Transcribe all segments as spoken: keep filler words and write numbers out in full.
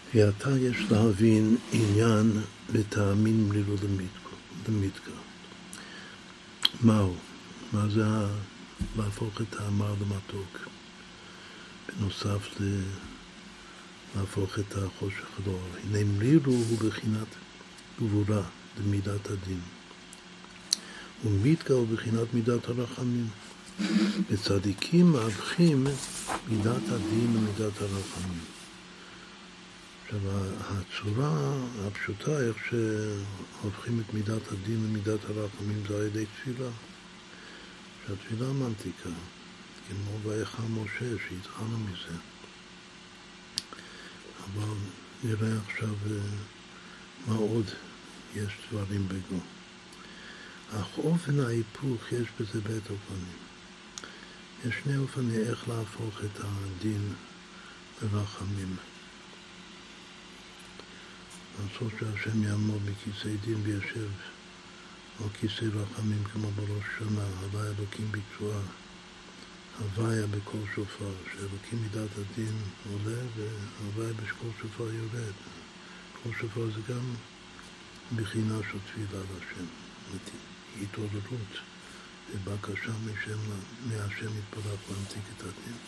ועתה יש להבין עניין לטעמים מלילו למתקה. מהו? מה זה להפוך את המר למתוק? בנוסף ל... להפוך את החושך לאור. הנה מלילו הוא בחינת גבורה למידת הדין. ומתקה הוא בחינת מידת הרחמים. וצדיקים מערכים מידת הדין ומידת הרחמים. עכשיו, הצורה הפשוטה, איך שהופכים את מידת הדין ומידת הרחמים, זה על ידי תפילה. שהתפילה ממתיקה, כמו ויחם משה, שהתחלנו מזה. אבל נראה עכשיו מה עוד יש דברים בגו. אך אופן ההיפוך יש בזה בית אופנים. יש שני אופנים איך להפוך את הדין לרחמים. לעשות שהשם יעמוד בכיסא דין וישב על כיסא רחמים כמו בראש שנה, הווי אלוקים בקצועה, הוויה בכל שופר, שאלוקים מידת הדין עולה והווי בכל שופר יורד. כל שופר זה גם בחינה של תפילה להשם, התעוררות ובקשה משם, מהשם יתברך להמתיק את הדין.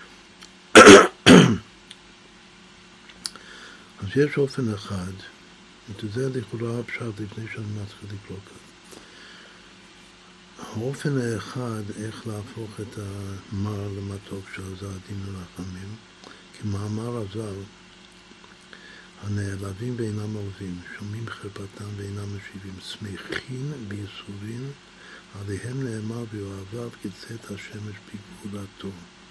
אז יש אופן אחד, וזה לכאורה הפשט לפני שאני מתחיל לקרוא כאן. האופן האחד, איך להפוך את המר למתוק, שזה הדין הרחמים, כמאמר הז"ל, הנעלבים ואינם אוהבים, שומעים חרפתם ואינם משיבים, שמחים בייסורין, עליהם נאמר באוהביו כצאת השמש בגבורתו.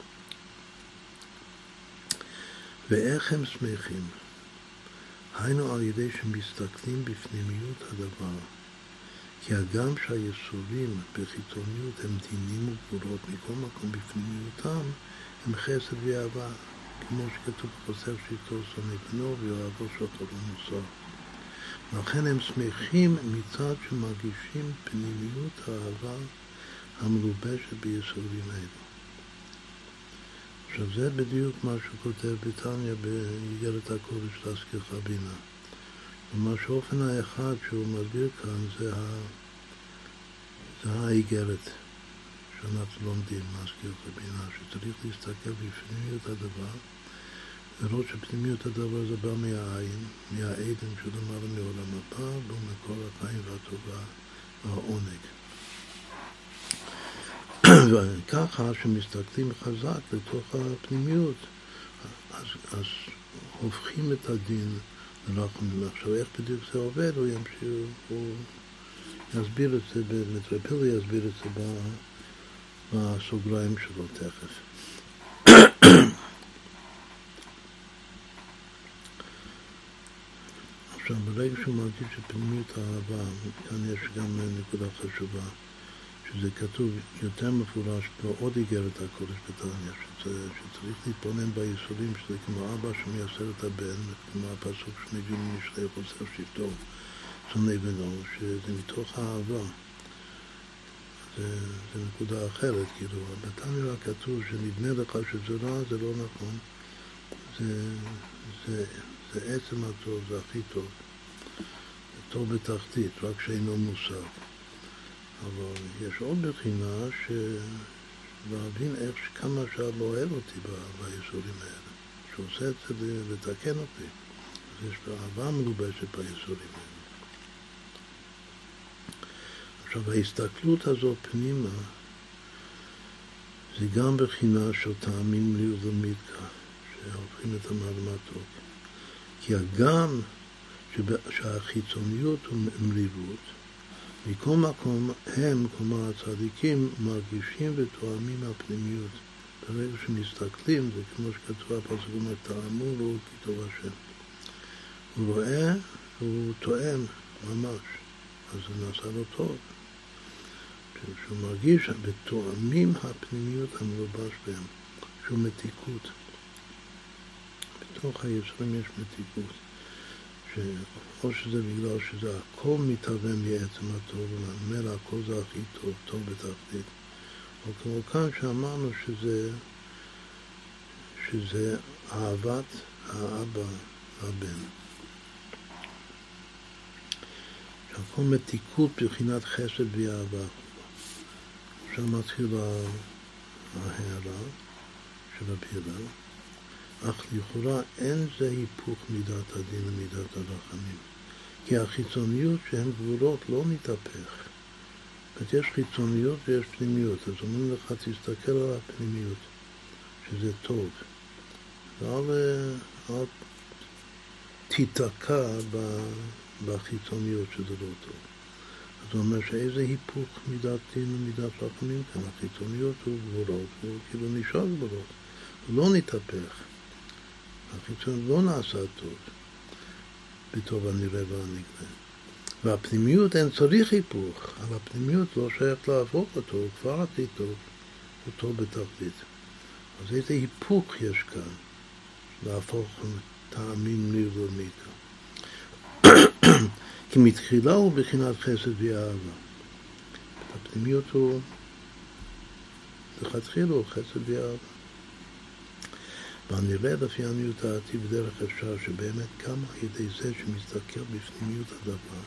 ואיך הם שמחים? היינו על ידי שמסתכלים בפנימיות הדבר, כי הגם שהייסורים בחיצוניות הם דינים וגבורות, מכל מקום בפנימיותם הם חסד ואהבה, כמו שכתוב בחוסר שיטור שונא בנו ואוהבו שוחר ומוסר. לכן הם שמחים מצד שמרגישים פנימיות האהבה המלובשת בייסורים האלה. עכשיו זה בדיוק מה שכותב בתניא באיגרת הקודש להזכירך בינה. ומה שאופן האחד שהוא מסביר כאן זה, ה... זה האיגרת שאנחנו לומדים להזכירך בינה, שצריך להסתכל בפנימיות הדבר, לראות שפנימיות הדבר זה בא מהעין, מהעדן שלמעלה מעולם הבא, ומכל החיים והטובה והעונג. וככה שמסתכלים חזק לתוך הפנימיות, אז, אז הופכים את הדין לרחמים. עכשיו איך בדיוק זה עובד, הוא ימשיך, הוא יסביר את זה, במטרפלי יסביר את זה בסוגריים שלו תכף. עכשיו ברגע שהוא מרגיש שפנימיות האהבה, כאן יש גם נקודה חשובה, שזה כתוב יותר מפורש בעוד איגרת הקודש בתניא, שצריך להתבונן בייסורים, שזה כמו אבא שמייסר את הבן, כמו הפסוק שמגיע משלי חוסר שבטו, שונא בנו, שזה מתוך האהבה. זה, זה נקודה אחרת, כאילו, בתניא רק כתוב שנדמה לך שזה רע, זה לא נכון. זה, זה, זה עצם הטוב, זה הכי טוב. זה טוב בתחתית, רק שאינו מושג. אבל יש עוד בחינה שלהבין איך כמה שאבא אוהב אותי ביסורים האלה, שהוא עושה את זה לתקן אותי. אז יש אהבה מלובשת ביסורים האלה. עכשיו ההסתכלות הזאת פנימה זה גם בחינה של טעמים מלילו למתקה, שהופכים את המר למתוק. כי הגם שהחיצוניות הוא מלילות, מכל מקום הם, כלומר הצדיקים, מרגישים ותואמים הפנימיות. ברגע שמסתכלים, זה כמו שכתוב הפסוק, אומר, תאמו לו כי טוב השם. הוא רואה והוא תואם ממש, אז זה נעשה לו טוב. שהוא מרגיש בתואמים הפנימיות המלובש בהם, שהוא מתיקות. בתוך היצרים יש מתיקות. או שזה בגלל שזה הכל מתהווה מעצם הטוב, וממילא הכל זה הכי טוב, טוב בתחתית. או כמו כאן שאמרנו שזה, שזה אהבת האבא הבן. הכל מתיקות בבחינת חסד ואהבה. עכשיו מתחיל ההערה של הפירה, אך לכאורה אין זה היפוך מידת הדין ומידת הרחמים. כי החיצוניות שהן גבולות לא מתהפך. זאת יש חיצוניות ויש פנימיות, אז אומרים לך תסתכל על הפנימיות, שזה טוב. ואל אל תיתקע בחיצוניות שזה לא טוב. אז הוא אומר שאיזה היפוך מידת דין ומידת רחמים כאן, החיצוניות הוא גבולות, הוא כאילו נשאר גבולות, הוא לא נתהפך. החיצוניות לא נעשה טוב, בטוב הנראה והנגלה. והפנימיות אין צריך היפוך, על הפנימיות לא שייך להפוך אותו, הוא כבר עתיד טוב, הוא טוב בתכלית. אז איזה היפוך יש כאן, להפוך טעמים נרדמית. כי מתחילה הוא בחינת חסד ואהבה. הפנימיות הוא, לכתחילה הוא חסד ואהבה. והנראה לפי עניות דעתי בדרך אפשר שבאמת גם על ידי זה שמסתכל בפנימיות הדבר,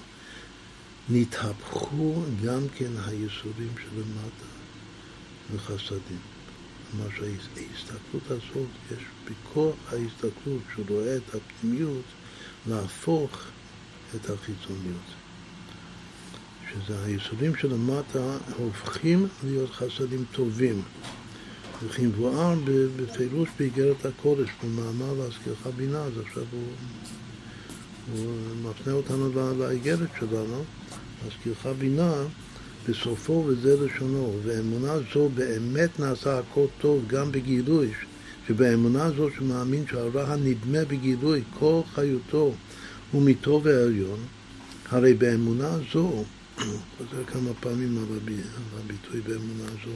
נתהפכו גם כן היסורים שלמטה וחסדים. כלומר שההסתכלות הזאת, יש בכוח ההסתכלות שהוא רואה את הפנימיות להפוך את החיצוניות. שזה היסורים שלמטה הופכים להיות חסדים טובים. וכי מבואר בפירוש באיגרת הקודש, במאמר להזכירך בינה, אז עכשיו הוא, הוא מפנה אותנו לאיגרת שלנו, להזכירך בינה, בסופו וזה לשונו, ואמונה זו באמת נעשה הכל טוב גם בגילוי, שבאמונה זו שמאמין שהרע הנדמה בגילוי, כל חיותו הוא מטוב העליון, הרי באמונה זו, חוזר כמה פעמים על הביטוי באמונה זו,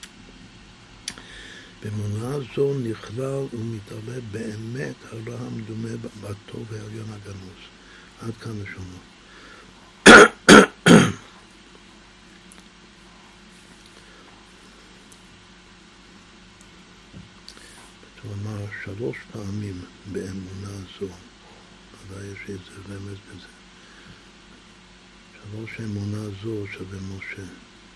באמונה זו נכלל ומתעלה באמת הרע המדומה בטוב העליון הגנוז. עד כאן לשונו. הוא אמר שלוש פעמים באמונה זו. ודאי יש איזה רמז בזה. שלוש אמונה זו שווה משה.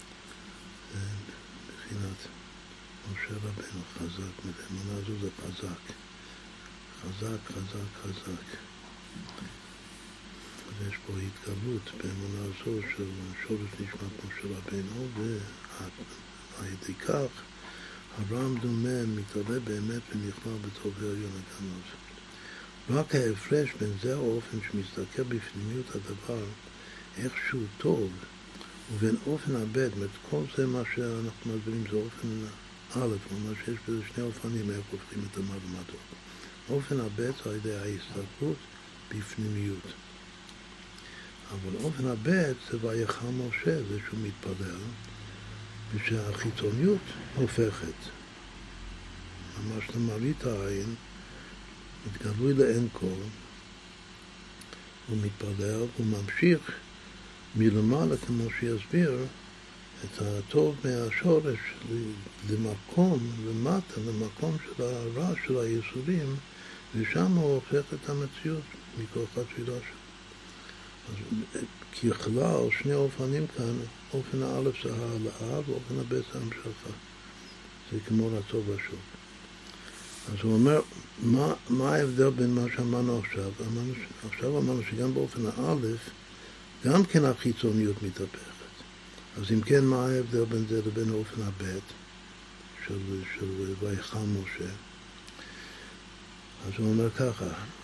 בחינת משה רבנו חזק, אמונה זו זה חזק. חזק, חזק, חזק. אז יש פה התגלות באמונה זו של שורש נשמת משה רבנו, ועל ידי כך הרע המדומה מתעלה באמת ונכלל בטוב העליון הגנוז. רק ההפרש בין זה האופן שמסתכל בפנימיות הדבר, איכשהו טוב, ובין אופן הבד, זאת כל זה מה שאנחנו מסבירים זה אופן א', כלומר שיש בזה שני אופנים איך הופכים את המעמדות. אופן הבד זה על ידי ההסתכלות בפנימיות. אבל אופן הבד זה ויחל משה, זה שהוא מתפלל, ושהחיצוניות הופכת. ממש למראית העין, מתגלוי לאין כל, הוא מתפלל, הוא ממשיך מלמעלה, כמו שיסביר, את הטוב מהשורש למקום, למטה, למקום של הרע של היסודים, ושם הוא הופך את המציאות מכוח התפילה שלו. אז ככלל, שני אופנים כאן, אופן האלף זה העלאה, ואופן הבית זה המשכה. זה כמו רצו ושוב. אז הוא אומר, מה, מה ההבדל בין מה שאמרנו עכשיו? אמרנו, עכשיו אמרנו שגם באופן האלף, גם כן החיצוניות מתהפכת. אז אם כן, מה ההבדל בין זה לבין אופן הבית של, של ויחל משה? אז הוא אומר ככה,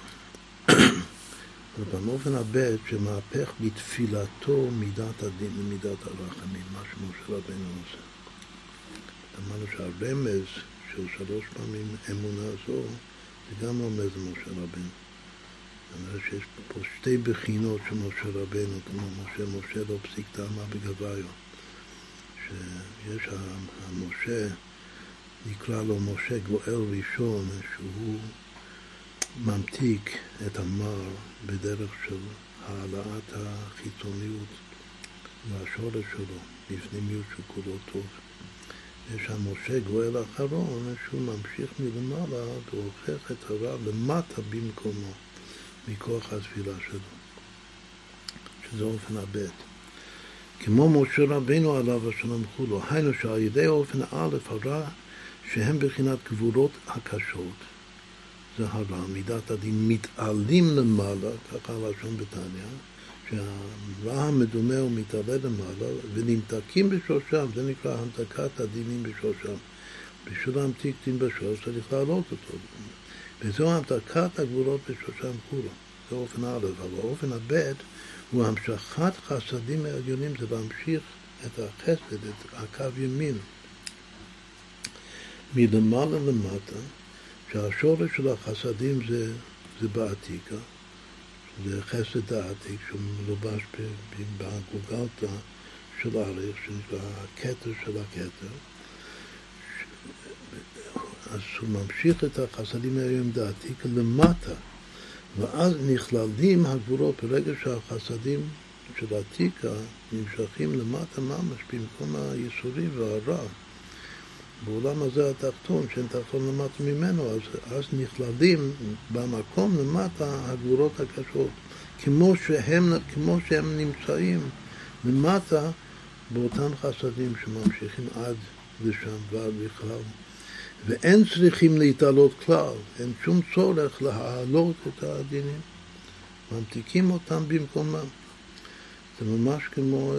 באופן הבית שמהפך בתפילתו מידת הדין ומידת הרחמים, מה שמשה רבנו עושה. אמרנו שהרמז של שלוש פעמים אמונה זו, זה גם רומז למשה רבנו. זאת אומרת שיש פה שתי בחינות של משה רבנו, כמו משה, משה לא פסיק טעמה בגביו. שיש המשה, נקרא לו משה גואל ראשון, שהוא ממתיק את המר בדרך של העלאת החיצוניות והשורש שלו, בפנימיות שהוא כולו טוב. יש המשה גואל האחרון שהוא ממשיך מלמעלה והופך את הרע למטה במקומו. מכוח התפילה שלו, שזה אופן הבית. כמו משה רבינו עליו השלום כולו, היינו שעל ידי אופן א' הרע שהם בחינת גבורות הקשות, זה הרע, מידת הדין, מתעלים למעלה, ככה לשון בתניא, שהרע המדומה הוא מתעלה למעלה, ונמתקים בשושם, זה נקרא המתקת הדינים בשושם. בשביל להמתיק דין בשוש צריך להעלות אותו. וזו המתקת הגבולות בשושם כולו, זה אופן א', אבל אופן הב' הוא המשכת חסדים העליונים, זה להמשיך את החסד, את הקו ימין, מלמעלה למטה, שהשורש של החסדים זה, זה בעתיקה, זה חסד העתיק, שהוא מלובש בגולגלתא של אריך, שנקרא הכתר של הכתר. אז הוא ממשיך את החסדים העליונים בעתיקה למטה, ואז נכללים הגבולות ברגע שהחסדים של העתיקה נמשכים למטה ממש במקום היסורים והרע. בעולם הזה התחתון, שאין תחתון למטה ממנו, אז, אז נכללים במקום למטה הגבולות הקשות, כמו שהם, כמו שהם נמצאים למטה באותם חסדים שממשיכים עד לשם ועד בכלל. ואין צריכים להתעלות כלל, אין שום צורך להעלות את הדינים, ממתיקים אותם במקומם. זה ממש כמו,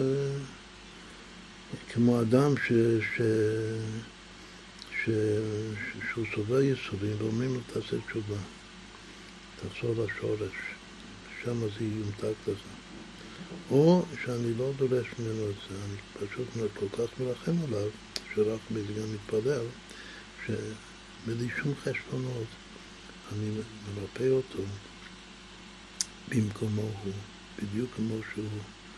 כמו אדם ש, ש, ש, שהוא סובל ייסורים ואומרים לו תעשה תשובה, תחזור לשורש, שם זה יומתק לזה. או שאני לא דורש ממנו את זה, אני פשוט כל כך מרחם עליו, שרק בזה גם מתפלל, שבלי שום חשבונות אני מרפא אותו במקומו הוא, בדיוק כמו שהוא.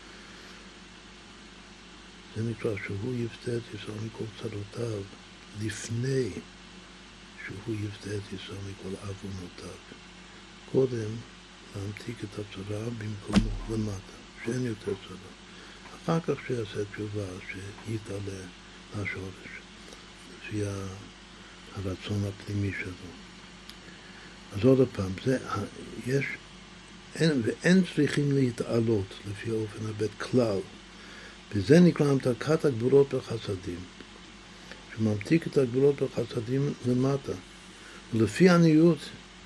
זה נקרא שהוא יפתה את ישראל מכל צרותיו לפני שהוא יפתה את ישראל מכל עוונותיו. קודם להמתיק את הצרה במקומו למטה, שאין יותר צרה. אחר כך שיעשה תשובה שיתעלה לשורש לפי הרצון הפנימי שלו. אז עוד פעם, זה, יש, אין, ואין צריכים להתעלות לפי האופן הבית כלל. וזה נקרא המתקת הגבולות בחסדים, שממתיק את הגבולות בחסדים למטה. ולפי עניות,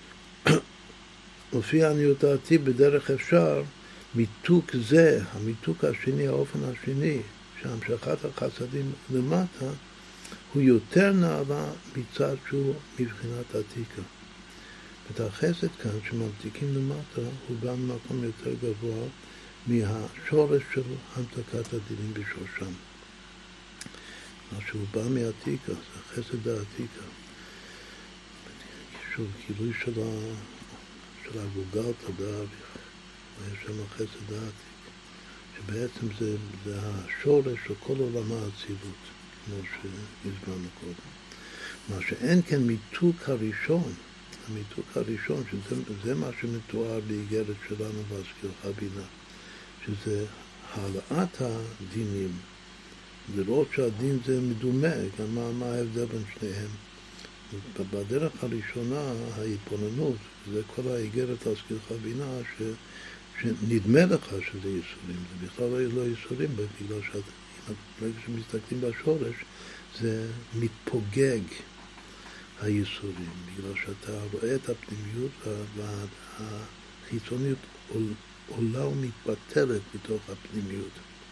לפי עניות דעתי בדרך אפשר, מיתוק זה, המיתוק השני, האופן השני, שהמשכת החסדים למטה, הוא יותר נעלה מצד שהוא מבחינת עתיקה. ואת החסד כאן שממתיקים למטה, הוא בא ממקום יותר גבוה מהשורש של המתקת הדינים בשושם. מה שהוא בא מעתיקה, זה חסד העתיקה. שוב, גילוי של, ה... של הגולגלתא באריך, ויש שם חסד העתיק, שבעצם זה, זה השורש של כל עולם האצילות, כמו שהסברנו קודם. מה שאין כן מיתוק הראשון, המיתוק הראשון, שזה מה שמתואר באיגרת שלנו בהשכילך בינה, שזה העלאת הדינים, לראות שהדין זה מדומה, גם מה, מה ההבדל בין שניהם. בדרך הראשונה, ההתבוננות, זה כל האיגרת להשכילך בינה, ש, שנדמה לך שזה ייסורים, זה בכלל לא ייסורים, בגלל שברגע שמסתכלים בשורש, זה מתפוגג הייסורים, בגלל שאתה רואה את הפנימיות והחיצוניות עולה ומתבטלת בתוך הפנימיות.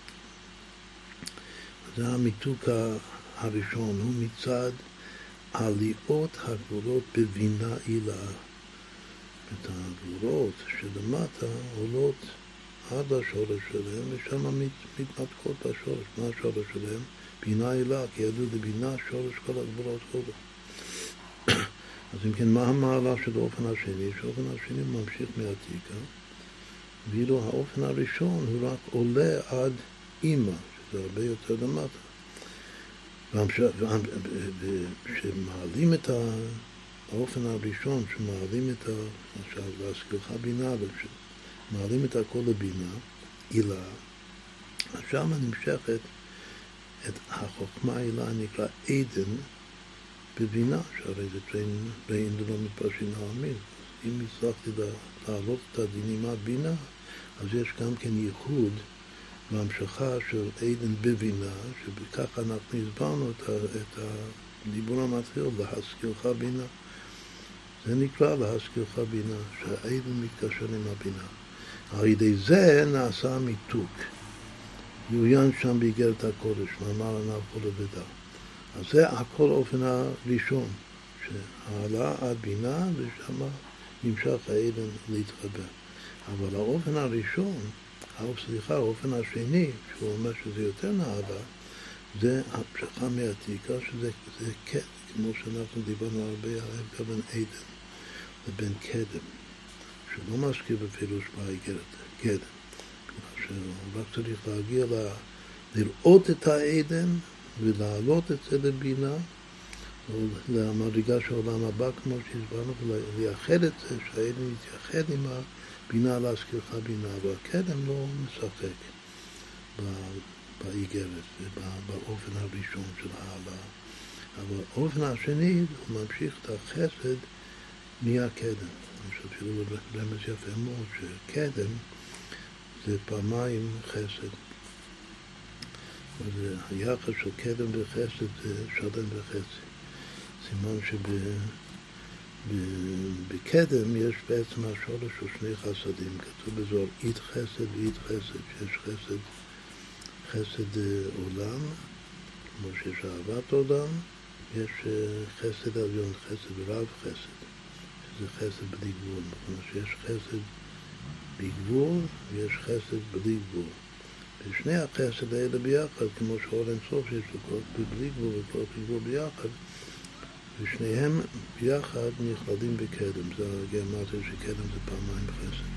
זה המיתוק הראשון, הוא מצד עליות הגבולות בבינה עילה. את הגבולות שלמטה עולות עד השורש שלהם, ושם מתמתקות בשורש. מה השורש שלהם? בינה עילה, כי ידעו לבינה שורש כל הגבולות כולו. אז אם כן, מה המעלה של האופן השני? שהאופן השני ממשיך מעתיקה, ואילו האופן הראשון הוא רק עולה עד אימא, שזה הרבה יותר למטה. וכשמעלים את האופן הראשון, שמעלים את ה... עכשיו, להשכילך בינה, ומעלים את הכל לבינה, עילה, אז שם נמשכת את החוכמה העילה, נקרא עדן, בבינה, שהרי זה בין דלא מתפרשים העלמין. אם הצלחתי להעלות את הדינים מהבינה, אז יש גם כן ייחוד והמשכה של עדן בבינה, שבכך אנחנו הסברנו את, ה, את הדיבור המתחיל, להשכילך בינה. זה נקרא להשכילך בינה, שהעדן מתקשר עם הבינה. על ידי זה נעשה מיתוק. יוין שם באיגרת הקודש, מאמר ענב כל אבדה. אז זה הכל אופן הראשון, שהעלה עד בינה ושם נמשך העדן להתחבר. אבל האופן הראשון, סליחה, האופן השני, שהוא אומר שזה יותר נעלה, זה המשכה מהעתיקה, שזה זה קדם, כמו שאנחנו דיברנו הרבה, ההבדל בין עדן לבין קדם, שהוא לא מזכיר בפירוש באיגרת, קדם. שהוא רק צריך להגיע ל... לראות את העדן ולהעלות את זה לבינה, או למדרגה של העולם הבא, כמו שהסברנו, ולייחד את זה, שהעדן יתייחד עם הבינה להשכילך בינה, והקדם לא משחק באיגרת, באופן הראשון של העלה. אבל באופן השני הוא ממשיך את החסד מהקדם. יש אפילו רמז יפה מאוד שקדם זה פעמיים חסד. אז היחס של קדם וחסד זה שלם וחצי. סימן שבקדם יש בעצם השורש של שני חסדים. כתוב בזוהר אית חסד ואית חסד, שיש חסד, חסד עולם, כמו שיש אהבת עולם, יש חסד עליון, חסד רב חסד, שזה חסד בלי גבול. זאת אומרת שיש חסד בגבול ויש חסד בלי גבול. ושני החסד האלה ביחד, כמו שאור אין סוף שיש לו כוח בלי גבול וכוח בגבול ביחד, ושניהם ביחד נכללים בקדם. זה הגרמטיה שקדם זה פעמיים חסד.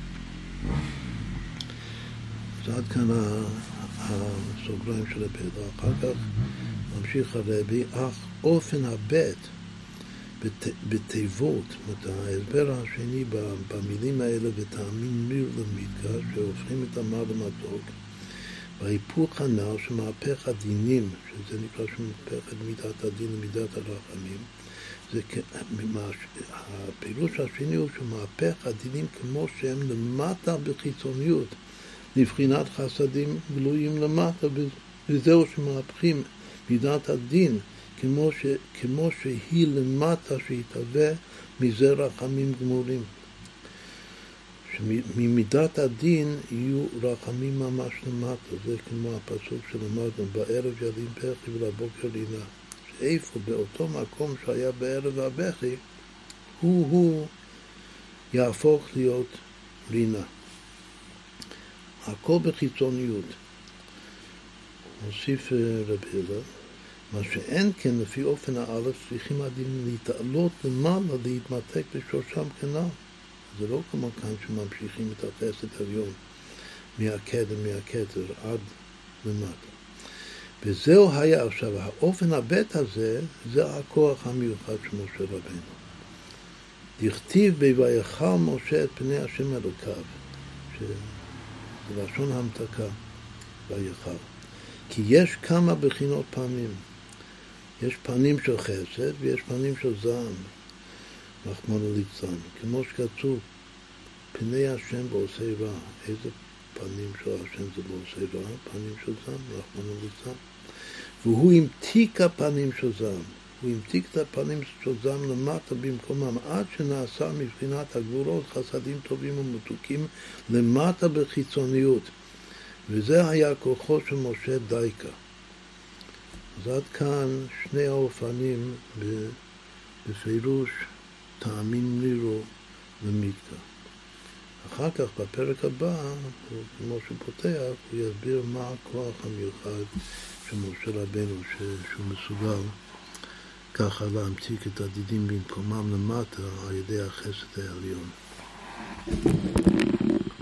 אז עד כאן הסוגריים של הפרק. אחר כך ממשיך הרבי, אך אופן הבית בתיבות, ההסבר השני במילים האלה, ותאמין מיר למדגש, שהופכים את המר למתוק, וההיפוך הנ"ל שמהפך הדינים, שזה נקרא שמהפך את מידת הדין למידת הרחמים, זה, הפירוש השני הוא שמהפך הדינים כמו שהם למטה בחיצוניות, לבחינת חסדים גלויים למטה, וזהו שמהפכים מידת הדין, כמו, ש, כמו שהיא למטה שהתהווה מזה רחמים גמורים. שממידת הדין יהיו רחמים ממש למטה. זה כמו הפסוק שלמדנו, בערב ילין בכי ולבוקר לינה. שאיפה באותו מקום שהיה בערב הבכי, הוא הוא יהפוך להיות לינה. הכל בחיצוניות. מוסיף רבי אלעזר, מה שאין כן לפי אופן האלף צריכים הדינים להתעלות למעלה, להתמתק בשורשם כנ"ל. זה לא כמו כאן שממשיכים את החסד העליון מהקדם, מהכתר עד למטה. וזהו היה עכשיו, האופן הבית הזה, זה הכוח המיוחד של משה רבנו. דכתיב ב"ויחל משה את פני השם אלוקיו", שזה לשון המתקה, ויחל. כי יש כמה בחינות פנים. יש פנים של חסד ויש פנים של זעם, רחמנא ליצלן. כמו שכתוב, פני השם בעושי רע. איזה פנים של השם זה בעושי רע? פנים של זעם, רחמנא ליצלן. והוא המתיק הפנים של זעם. הוא המתיק את הפנים של זעם למטה במקומם, עד שנעשה מבחינת הגבולות חסדים טובים ומתוקים למטה בחיצוניות. וזה היה כוחו של משה דייקה. אז עד כאן שני האופנים בפירוש תאמין לירו ומיקה. אחר כך בפרק הבא, כמו שפותח, הוא יסביר מה הכוח המיוחד של משה רבנו, שהוא מסוגל ככה להמתיק את הדידים במקומם למטה על ידי החסד העליון.